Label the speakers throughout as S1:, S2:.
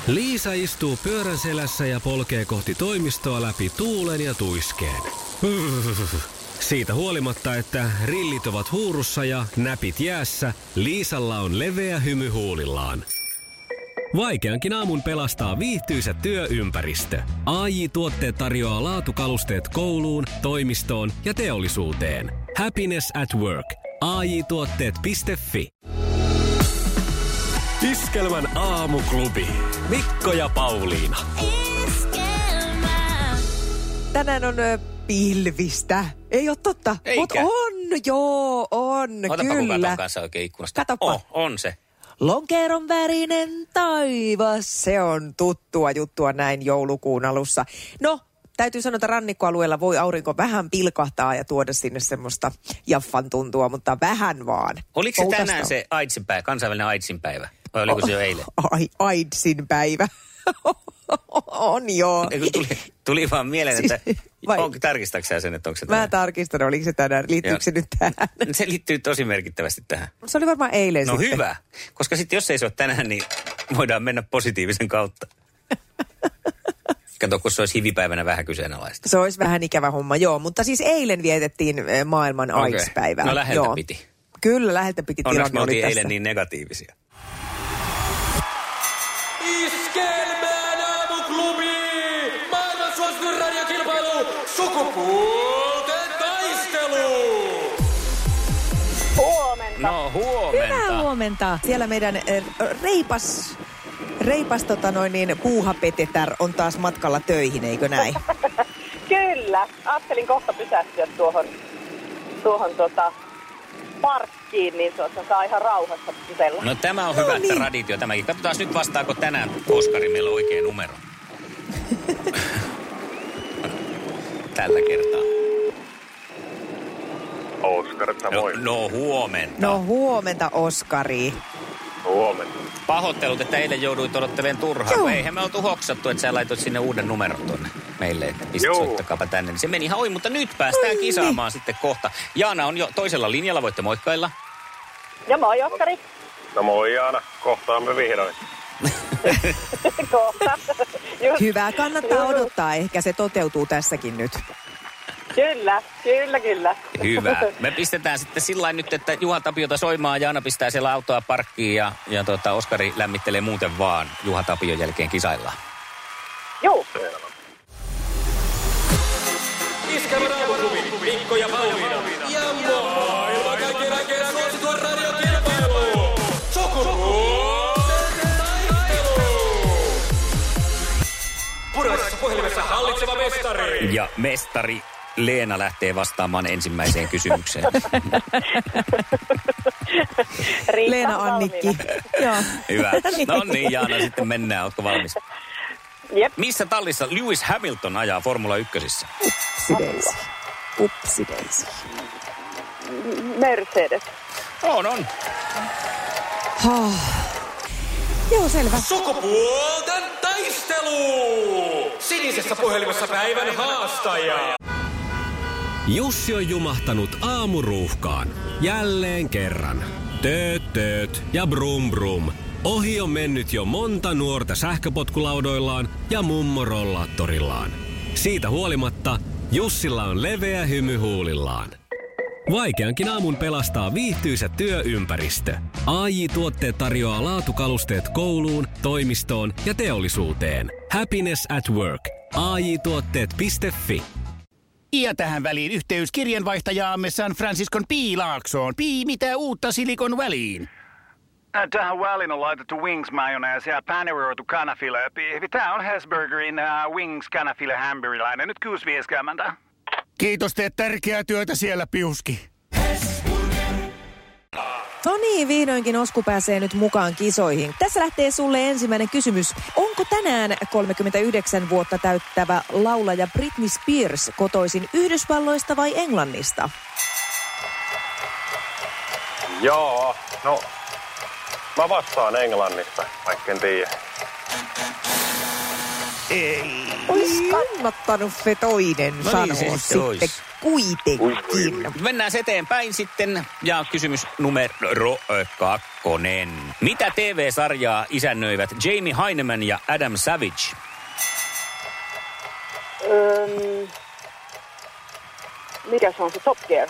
S1: Liisa istuu pyörän selässä ja polkee kohti toimistoa läpi tuulen ja tuiskeen. Siitä huolimatta, että rillit ovat huurussa ja näpit jäässä, Liisalla on leveä hymy huulillaan. Vaikeankin aamun pelastaa viihtyisä työympäristö. AJ-tuotteet tarjoaa laatukalusteet kouluun, toimistoon ja teollisuuteen. Happiness at work. AJ-tuotteet.fi. Iskelmän aamuklubi. Mikko ja Pauliina.
S2: Iskelmä.
S3: Tänään on pilvistä. Ei ole totta.
S4: Eikä?
S3: Mut on, joo, on.
S4: Otapa kun
S3: kyllä.
S4: katon kanssa oikein ikkunasta.
S3: Katoppa.
S4: On se.
S3: Lonkeron värinen taivas, se on tuttua juttua näin joulukuun alussa. No, täytyy sanoa, että rannikkoalueella voi aurinko vähän pilkahtaa ja tuoda sinne semmoista jaffan tuntua, mutta vähän vaan.
S4: Oliko se
S3: Outasta
S4: tänään
S3: on.
S4: se AIDSin päivä, kansainvälinen AIDSin päivä? Vai oliko se jo eilen?
S3: AIDSin päivä. On joo.
S4: Tuli vaan mieleen, että
S3: Vai?
S4: tarkistatko sä sen, että onko se
S3: Mä
S4: tänään?
S3: tarkistan, oliko se tänään. Liittyykö se nyt tähän?
S4: Se liittyy tosi merkittävästi tähän.
S3: Se oli varmaan eilen
S4: No
S3: sitten.
S4: hyvä, koska sitten jos ei se ole tänään, niin voidaan mennä positiivisen kautta. Kato, kun se olisi hivipäivänä vähän kyseenalaista.
S3: Se olisi vähän ikävä homma, joo. Mutta siis eilen vietettiin maailman AIDS-päivää.
S4: No läheltä
S3: joo.
S4: piti.
S3: Kyllä, läheltä piti.
S4: Onneksi me
S3: Tilanne oli
S4: oltiin
S3: tässä.
S4: eilen niin negatiivisia.
S5: Iskelmään aamuklubi! Maailman suosituin radiokilpailu! Sukupuolten taistelu!
S4: No huomenta.
S3: Hyvää huomenta. Siellä meidän reipas puuhapetetär on taas matkalla töihin, eikö näin?
S6: Kyllä. Ajattelin kohta pysähtyä tuohon parkkiin, niin saa ihan rauhassa jutella.
S4: No tämä on hyvä, että traditio tämäkin. Katsotaan nyt vastaako tänään Oskari meillä oikea numero. Tällä kertaa.
S7: Oskar, moi.
S4: No huomenta.
S3: No huomenta, Oskari.
S7: Huomenta.
S4: Pahoittelut, että eilen jouduit odottelemaan turhaan.
S3: Joo.
S4: Eihän me oltu hoksattu, että sä laitoit sinne uuden numeron tuonne meille. Että pistä
S7: Joo.
S4: soittakaapa tänne. Niin se meni ihan ohi, mutta nyt päästään kisaamaan sitten kohta. Jaana on jo toisella linjalla, voitte moikkailla.
S6: Ja moi, Oskari.
S7: No moi Jaana, kohtaamme vihdoin.
S6: Kohta. Just.
S3: Hyvä, kannattaa odottaa. Ehkä se toteutuu tässäkin nyt.
S6: Kyllä.
S4: Hyvä. Me pistetään sitten sillä nyt, että Juha Tapiota soimaan. Jaana pistää siellä autoa parkkiin ja Oskari lämmittelee muuten vaan. Juha Tapion jälkeen kisaillaan.
S6: Juu.
S5: Iskelmän aamuklubi! Mikko ja Pauliina! Ja maailman kaikkien aikeen suosituin radiokilpailu! Sukupuolten taistelu! Puraisessa puhelimessa hallitseva mestari!
S4: Ja mestari Leena lähtee vastaamaan ensimmäiseen kysymykseen.
S6: Riitta
S3: Leena
S6: on
S3: Annikki.
S6: valmiina.
S3: Joo.
S4: Hyvä. No niin, Jaana, sitten mennään. Ootko valmis?
S6: Jep.
S4: Missä tallissa Lewis Hamilton ajaa Formula 1?
S3: Upsideisi.
S6: Mercedes.
S4: On.
S3: Joo, selvä.
S5: Sukupuolten taistelu! Sinisessä puhelimessa päivän haastaja!
S1: Jussi on jumahtanut aamuruuhkaan. Jälleen kerran. Tööt ja brum brum. Ohi on mennyt jo monta nuorta sähköpotkulaudoillaan ja mummorollaattorillaan. Siitä huolimatta Jussilla on leveä hymy huulillaan. Vaikeankin aamun pelastaa viihtyisä työympäristö. AJ-tuotteet tarjoaa laatukalusteet kouluun, toimistoon ja teollisuuteen. Happiness at work. AJ-tuotteet.fi.
S8: Ja tähän väliin yhteys kirjanvaihtajaamme San Franciscon P. Laaksoon. Mitä uutta Silikon väliin?
S9: Tähän väliin on laitettu wings mayonnaise ja paneroitu kanafila. Tämä on Hesburgerin wings kanafila hamburilainen. Nyt 6.50.
S8: Kiitos, teet tärkeää työtä siellä, Piuski.
S3: No niin, vihdoinkin Osku pääsee nyt mukaan kisoihin. Tässä lähtee sulle ensimmäinen kysymys. Onko tänään 39 vuotta täyttävä laulaja Britney Spears kotoisin Yhdysvalloista vai Englannista?
S7: Joo, no mä vastaan Englannista, vaikka en tiedä.
S8: Ei.
S3: Olis kannattanut se toinen
S4: No
S3: sanoa
S4: niin, se
S3: sitten
S4: ois.
S3: kuitenkin.
S4: Mennään eteenpäin sitten ja kysymys numero 2. Mitä TV-sarjaa isännöivät Jamie Hyneman ja Adam Savage?
S6: Mikä se on se Top Gear?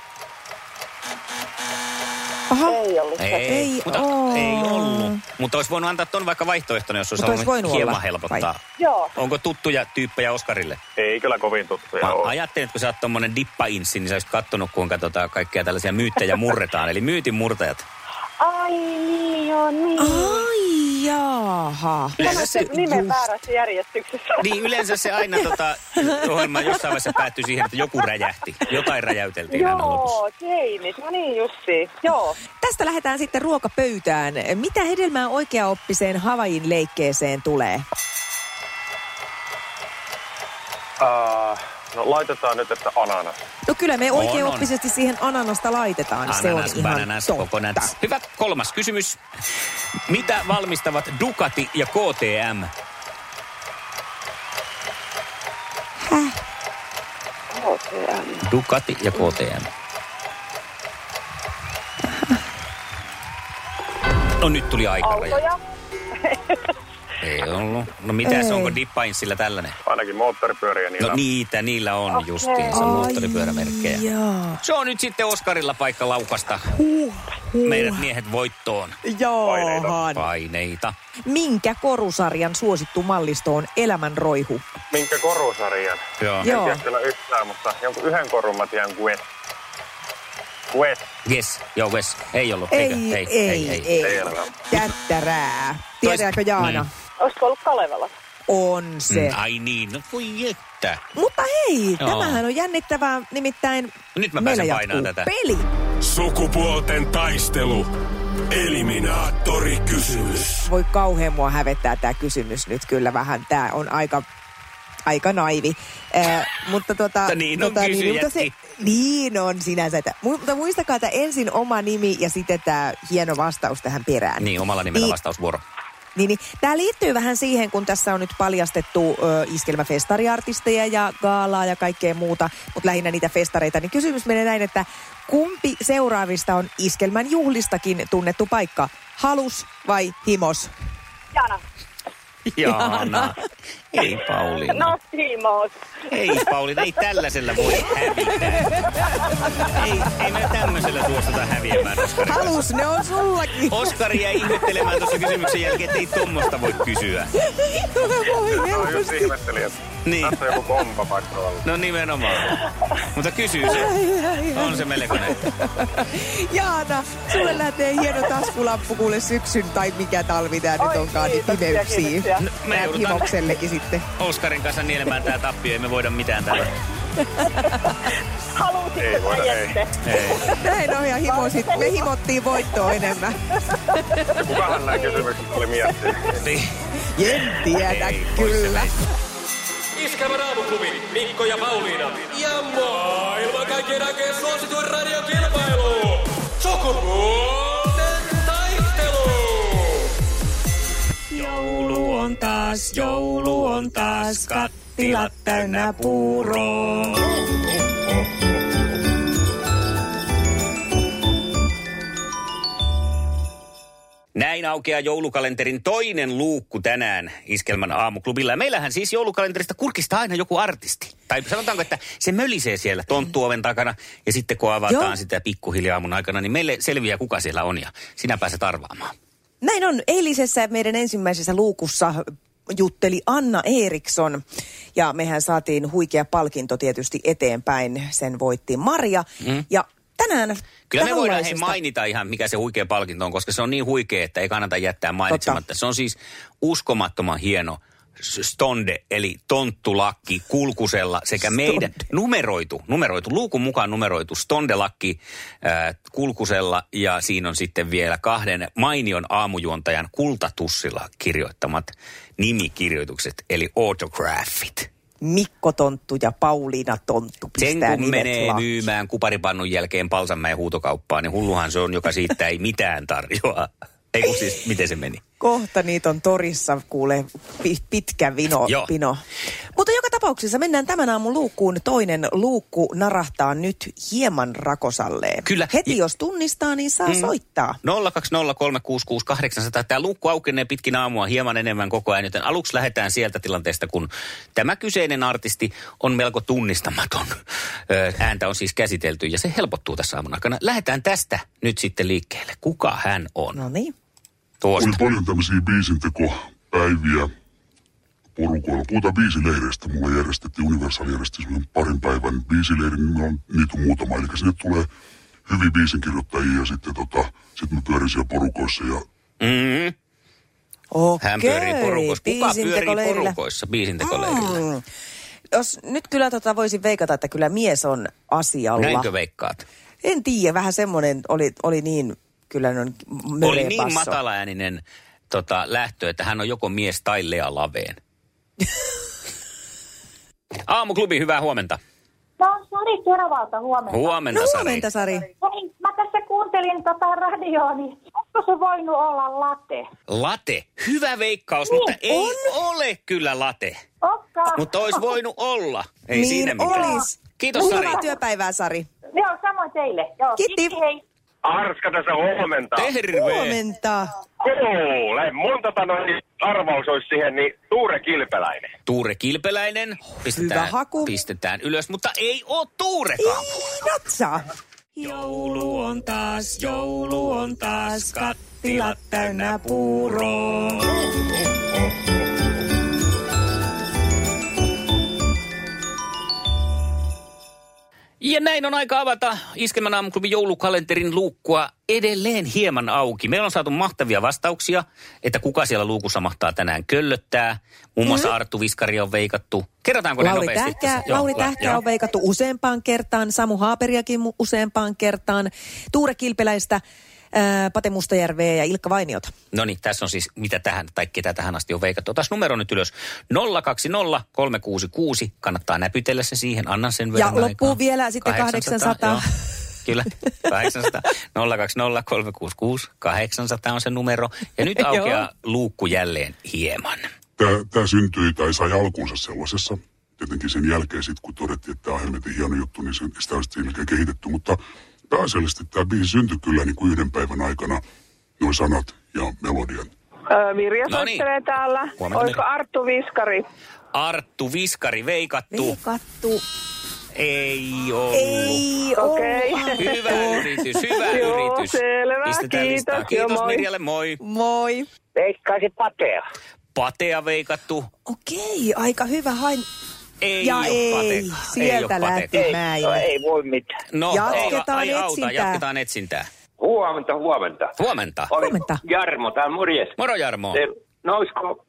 S3: Aha.
S6: Ei ollut se.
S3: Ei
S4: ollut. Mutta olisi voinut antaa ton vaikka vaihtoehtona, jos olisi halunnut hieman helpottaa.
S6: Joo.
S4: Onko tuttuja tyyppejä Oskarille?
S7: Ei kyllä kovin tuttuja
S4: Mä
S7: ole.
S4: ajattelin, että kun sä oot tommonen dippa-inssi, niin sä olisit kattonut, kuinka kaikkia tällaisia myyttejä murretaan. Eli myytin murtajat.
S6: Ai niin, joo, niin.
S3: Ai jaha.
S6: Sano se nimen väärässä järjestyksessä.
S4: Niin, yleensä se aina ohjelma jossain vaiheessa päättyi siihen, että joku räjähti. Jotain räjäyteltiin aina lopussa.
S6: Joo, Jamie. No niin, justiin. Joo.
S3: Tästä lähdetään sitten ruokapöytään. Mitä hedelmää oikeaoppiseen Havaijin leikkeeseen tulee?
S7: No laitetaan nyt, että ananas.
S3: No kyllä me oikeaoppisesti siihen ananasta laitetaan. Se on
S4: Ananas,
S3: ihan
S4: bananas,
S3: totta.
S4: coconuts. Hyvä, 3. kysymys. Mitä valmistavat Ducati ja KTM?
S6: KTM.
S4: Ducati ja KTM. No nyt tuli aikaraja.
S6: Autoja.
S4: Ei ollut. No mitäs, onko Dippainssillä tällainen?
S7: Ainakin moottoripyöriä niillä.
S4: No niillä on justiinsa moottoripyörämerkkejä.
S3: Jaa.
S4: Se on nyt sitten Oskarilla paikka laukasta meidät miehet voittoon.
S3: Jaahan.
S4: Paineita.
S3: Minkä korusarjan suosittu mallisto on Elämänroihu?
S7: Minkä korusarjan?
S4: Joo.
S7: En
S3: Joo.
S7: tiedä kyllä yhtään, mutta jonkun yhden korun mä tiedän Wes.
S4: Yes. Joo, Wes. Ei ollut.
S3: Ei. Tättärää. Tiedääkö Jaana?
S6: Olisiko ollut Kalevala?
S3: On se.
S4: Ai niin, no voi että.
S3: Mutta hei,
S4: Joo.
S3: tämähän on jännittävää, nimittäin
S4: Nyt mä
S3: meillä
S4: pääsen
S3: jatkuu
S4: painaa tätä.
S3: peli.
S5: Sukupuolten taistelu. Eliminaattorikysymys.
S3: Voi kauhean mua hävettää tämä kysymys nyt kyllä vähän. Tämä on aika naivi. Mutta
S4: Niin on kysyjätkin.
S3: niin on sinänsä. Mutta muistakaa, että ensin oma nimi ja sitten tämä hieno vastaus tähän perään.
S4: Niin, omalla nimellä vastausvuoro.
S3: Niin. Tämä liittyy vähän siihen, kun tässä on nyt paljastettu iskelmäfestariartisteja ja gaalaa ja kaikkea muuta, mutta lähinnä niitä festareita. Niin kysymys menee näin, että kumpi seuraavista on iskelmän juhlistakin tunnettu paikka? Halus vai himos?
S6: Jana.
S4: Jaana. Ei Pauliina.
S6: No, Himos.
S4: Ei Pauliina, ei tällaisella voi hävitä. Ei me tämmöisellä suostuta häviämään Oskarin kanssa.
S3: Halus, ne on sullakin.
S4: Oskari jäi ihmettelemään tuossa kysymyksen jälkeen, että ei tommosta voi kysyä.
S7: No just ihmettelin, että
S4: Niin.
S7: tässä on joku kompa paikalla.
S4: No nimenomaan. Mutta kysyy se. On se melkoinen.
S3: Jaana, sulle lähtee hieno taskulamppu kuule syksyn tai mikä talvi tää nyt onkaan, niin
S6: kiitos,
S3: pimeyksiin.
S6: kiitoksia.
S4: No, me
S3: Tää
S4: joudutaan
S3: himoksellekin sitten.
S4: Oskarin kanssa nielemään tää tappio, ei me voida mitään täällä.
S6: Haluaisitko
S7: Ei voida,
S6: sä,
S7: ei.
S6: Jette?
S4: Ei.
S3: Näin on ja himosit. Me himottiin voittoa enemmän.
S7: Kukahan nämä kysymykset oli miettinyt?
S4: Niin.
S3: En tiedä
S4: Ei,
S3: kyllä.
S5: Iskävä Raamuklubi, Mikko ja Pauliina. Ja maailman kaikkien aikeen suosituen radiokilpailu. Sukupuolten taistelu.
S3: Joulu on taas, kattilat täynnä puuroa.
S4: Näin aukeaa joulukalenterin toinen luukku tänään Iskelmän aamuklubilla. Ja meillähän siis joulukalenterista kurkistaa aina joku artisti. Tai sanotaanko, että se mölisee siellä tonttuoven takana. Ja sitten kun avataan
S3: Joo.
S4: sitä pikkuhiljaa aamun aikana, niin meille selviää kuka siellä on ja sinä pääset arvaamaan.
S3: Näin on. Eilisessä meidän ensimmäisessä luukussa jutteli Anna Eriksson. Ja mehän saatiin huikea palkinto tietysti eteenpäin. Sen voitti Maria. Ja tänään
S4: Kyllä me voidaan
S3: tällaisesta-
S4: mainita ihan, mikä se huikea palkinto on, koska se on niin huikea, että ei kannata jättää mainitsematta.
S3: Totta.
S4: Se on siis uskomattoman hieno stonde, eli tonttulakki kulkusella sekä meidän numeroitu, luukun mukaan numeroitu stondelakki kulkusella ja siinä on sitten vielä 2 mainion aamujuontajan kultatussilla kirjoittamat nimikirjoitukset, eli autographit.
S3: Mikko Tonttu ja Pauliina Tonttu
S4: Sen
S3: pistää
S4: kun
S3: nimet
S4: menee
S3: lakkiin.
S4: myymään kuparipannun jälkeen Palsanmäen huutokauppaan, niin hulluhan se on, joka siitä ei mitään tarjoa. Ei kun siis, miten se meni?
S3: Kohta niitä on torissa, kuule, pitkä
S4: Joo.
S3: pino. Mutta joka tapauksessa tapauksessa mennään tämän aamun luukkuun. Toinen luukku narahtaa nyt hieman rakosalleen.
S4: Kyllä.
S3: Heti jos tunnistaa, niin saa soittaa.
S4: 020366800. Tämä luukku aukenee pitkin aamua hieman enemmän koko ajan, joten aluksi lähdetään sieltä tilanteesta, kun tämä kyseinen artisti on melko tunnistamaton. Ääntä on siis käsitelty ja se helpottuu tässä aamun aikana. Lähdetään tästä nyt sitten liikkeelle. Kuka hän on?
S3: No niin.
S2: Oli paljon tämmöisiä biisintekopäiviä porukoilla. Puhutaan biisileireistä. Mulla järjestettiin, Universal järjesti parin päivän biisileirin. Niitä on muutama. Eli sinne tulee hyviä biisinkirjoittajia ja sitten me pyörin siellä porukoissa. Ja...
S3: Okei.
S4: Hän pyörii porukoissa. Kuka pyörii porukoissa biisintekoleirillä?
S3: Jos nyt kyllä voisin veikata, että kyllä mies on asialla.
S4: Näinkö veikkaat?
S3: En tiedä, vähän semmoinen oli niin, kyllä on
S4: oli niin matalaääninen lähtö, että hän on joko mies tai Lea Laveen. Aamuklubi, hyvää huomenta.
S10: No, Sari Kerovalta, huomenta.
S4: Huomenta,
S3: no,
S4: Sari.
S3: Huomenta, Sari.
S10: Hei, mä tässä kuuntelin radioa, niin onko se voinut olla late?
S4: Late? Hyvä veikkaus,
S10: niin,
S4: mutta ei ole kyllä late. Mutta olisi voinut olla. Ei
S3: niin
S4: siinä mitään.
S3: Olis.
S4: Kiitos, Sari.
S3: Hyvää työpäivää, Sari.
S10: Joo, samoin teille. Joo,
S3: kiitti.
S10: Hei.
S7: Arska tässä huomenta.
S4: Terve.
S3: Huomenta.
S7: Kuule, mun arvaus olisi siihen, niin Tuure Kilpeläinen.
S4: Tuure Kilpeläinen.
S3: Hyvä haku.
S4: Pistetään ylös, mutta ei ole Tuurekaan.
S3: Ei natsaa.
S1: Joulu on taas, kattilat täynnä puuroa.
S4: Ja näin on aika avata Iskelmän aamuklubin joulukalenterin luukkua edelleen hieman auki. Meillä on saatu mahtavia vastauksia, että kuka siellä luukussa mahtaa tänään köllöttää. Muun muassa Arttu Viskari on veikattu. Kerrotaanko ne nopeasti?
S3: Lauri Tähkä on veikattu useampaan kertaan, Samu Haaperiakin useampaan kertaan, Tuure Kilpeläistä, Pate Mustajärveä ja Ilkka Vainiota.
S4: No niin, tässä on siis mitä tähän tai ketä tähän asti on veikattu. Otas numero nyt ylös. 020 366. Kannattaa näpytellä se siihen. Annan sen verran
S3: ja loppuu vielä sitten 800.
S4: Kyllä, 800. 020 366 800 on se numero. Ja nyt aukeaa luukku jälleen hieman.
S2: Tämä syntyi tai sai alkuunsa sellaisessa. Tietenkin sen jälkeen sitten, kun todettiin, että tämä on helvetin hieno juttu, niin sitä olisi sen kehitetty. Mutta pääasiallisesti tämä biisi syntyi kyllä niin kuin yhden päivän aikana, nuo sanat ja melodian.
S6: Mirja soittelee täällä. Olisiko Arttu Viskari?
S4: Arttu Viskari, veikattu. Ei ollut.
S3: Ei
S6: okei.
S4: Hyvä yritys, hyvä yritys.
S6: Selvä,
S4: pistetään
S6: kiitos.
S4: Listaa. Kiitos Mirjalle, moi.
S3: Moi.
S6: Veikkaisin Patea.
S4: Patea veikattu.
S3: Okei, aika hyvä hain.
S4: Ei
S3: ja
S4: ole
S3: ei, sieltä lähti mäin.
S6: Ei voi mitään.
S4: No,
S3: jatketaan
S4: etsintää. Jatketaan etsintää.
S7: Huomenta.
S4: Huomenta.
S3: Huomenta.
S7: Jarmo, tää morjes.
S4: Moro Jarmo.
S7: No olisiko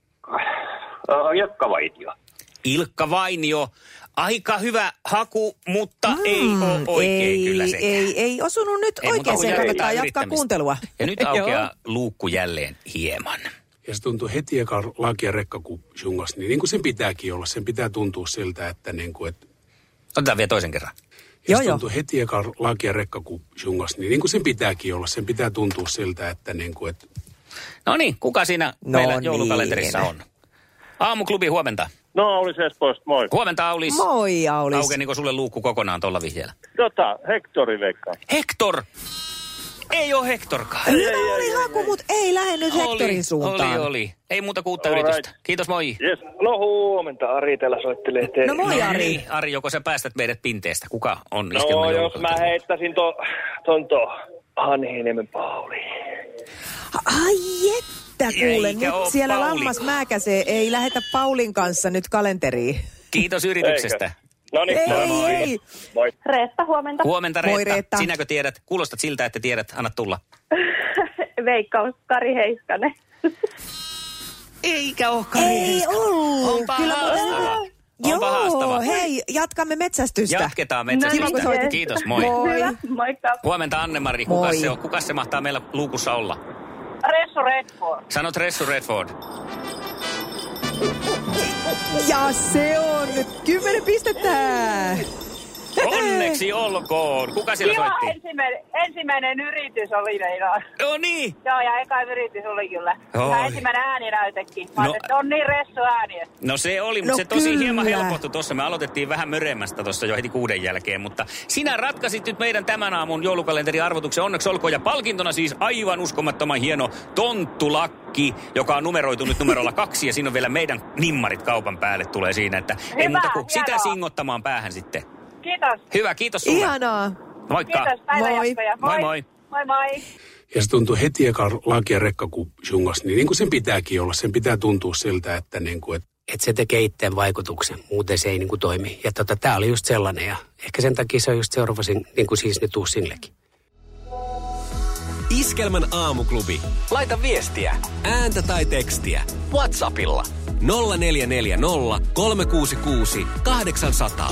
S7: Ilkka Vainio?
S4: Ilkka Vainio. Aika hyvä haku, mutta ei ole oikein kyllä se.
S3: Ei osunut nyt oikein, sen kannattaa jatkaa kuuntelua.
S4: Ja nyt aukeaa luukku jälleen hieman.
S11: Ja se tuntui heti eka laki ja rekka, kun jungas, niin kuin sen pitääkin olla. Sen pitää tuntua siltä, että niin kuin, että...
S4: Otetaan vielä toisen kerran.
S11: Ja se tuntui heti eka laki ja rekka, kun jungas, niin kuin sen pitääkin olla. Sen pitää tuntua siltä, että niin kuin, että...
S4: No niin, kuka siinä meillä joulukalenterissa on? Aamuklubi, huomenta.
S7: No, Aulis Espoosta, moi.
S4: Huomenta, Aulis.
S3: Moi, Aulis.
S4: Aukeniko sulle luukku kokonaan tuolla vihjeellä?
S7: Hektori veikkaa.
S4: Hektor! Ei ole Hektorkaan.
S3: Hyvä oli haku, mutta ei lähde nyt Hektorin suuntaan.
S4: Oli. Ei muuta kuin uutta yritystä. Kiitos, moi.
S7: Yes. No huomenta, Ari täällä soittelee.
S3: No moi, Ari.
S4: Niin, Ari, joko sä päästät meidät pinteestä? Kuka on
S7: No jos mä heittäisin ton Hanhiniemen Pauli.
S3: Ai että kuule, nyt siellä lammas mäkäsee. Ei lähetä Paulin kanssa nyt kalenteriin.
S4: Kiitos yrityksestä.
S7: No niin,
S3: ei.
S7: Moi.
S10: Reetta, huomenta.
S4: Huomenta, Reetta.
S3: Moi, Reetta.
S4: Sinäkö tiedät? Kuulostat siltä, että tiedät. Anna tulla.
S10: Veikkaus, Kari Heiskanen.
S4: Eikä ole Kari
S3: Ei ollut.
S4: Onpa haastava. Onpa haastava.
S3: Hei, jatkamme metsästystä.
S4: Jatketaan metsästystä.
S3: No,
S4: Kiitos, moi.
S10: Hyvä, moikka.
S4: Huomenta, Anne-Mari. Kuka se mahtaa meillä luukussa olla?
S10: Ressu Redford.
S4: Sanot Ressu Redford.
S3: Ja se on 10 pistettä.
S4: On Onneksi olkoon. Kuka siellä soitti?
S6: Ensimmäinen yritys oli meillä.
S4: No niin.
S6: Joo, ja eka yritys oli kyllä. Ja ensimmäinen ääninäytekin. Mä että on niin ressu ääniä.
S4: No se oli, mutta se tosi hieman helpottui tuossa. Me aloitettiin vähän möremmästä tuossa jo heti 6 jälkeen, mutta sinä ratkasit nyt meidän tämän aamun joulukalenterin arvotuksen. Onneksi olkoon. Ja palkintona siis aivan uskomattoman hieno tonttulakki, joka on numeroitu nyt numerolla 2. Ja siinä on vielä meidän nimmarit kaupan päälle tulee siinä, että hyvä, ei muuta kuin sitä singottamaan päähän sitten.
S6: Kiitos.
S4: Hyvä, kiitos sulle.
S3: Ihanaa.
S4: Moikka.
S6: Kiitos, päivänjatkoja.
S4: Moi moi.
S6: Moi moi.
S11: Ja se tuntui heti eka lakia rekka, kun jungas, niin kuin sen pitääkin olla. Sen pitää tuntua siltä, että
S12: että se tekee itteen vaikutuksen, muuten se ei niin kuin toimi. Ja tää oli just sellainen ja ehkä sen takia se on just seuraava niin kuin siis nyt uusinillekin.
S1: Iskelmän aamuklubi. Laita viestiä, ääntä tai tekstiä. WhatsAppilla 0440 366 800.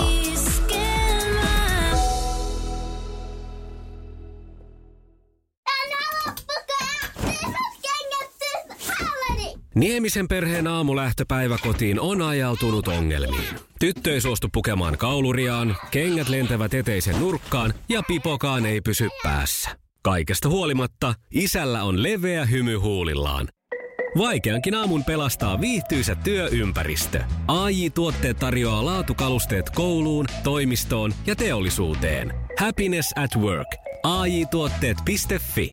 S1: Niemisen perheen aamulähtöpäivä kotiin on ajautunut ongelmiin. Tyttö ei suostu pukemaan kauluriaan, kengät lentävät eteisen nurkkaan ja pipokaan ei pysy päässä. Kaikesta huolimatta, isällä on leveä hymy huulillaan. Vaikeankin aamun pelastaa viihtyisä työympäristö. AJ-tuotteet tarjoaa laatukalusteet kouluun, toimistoon ja teollisuuteen. Happiness at work. AJ-tuotteet.fi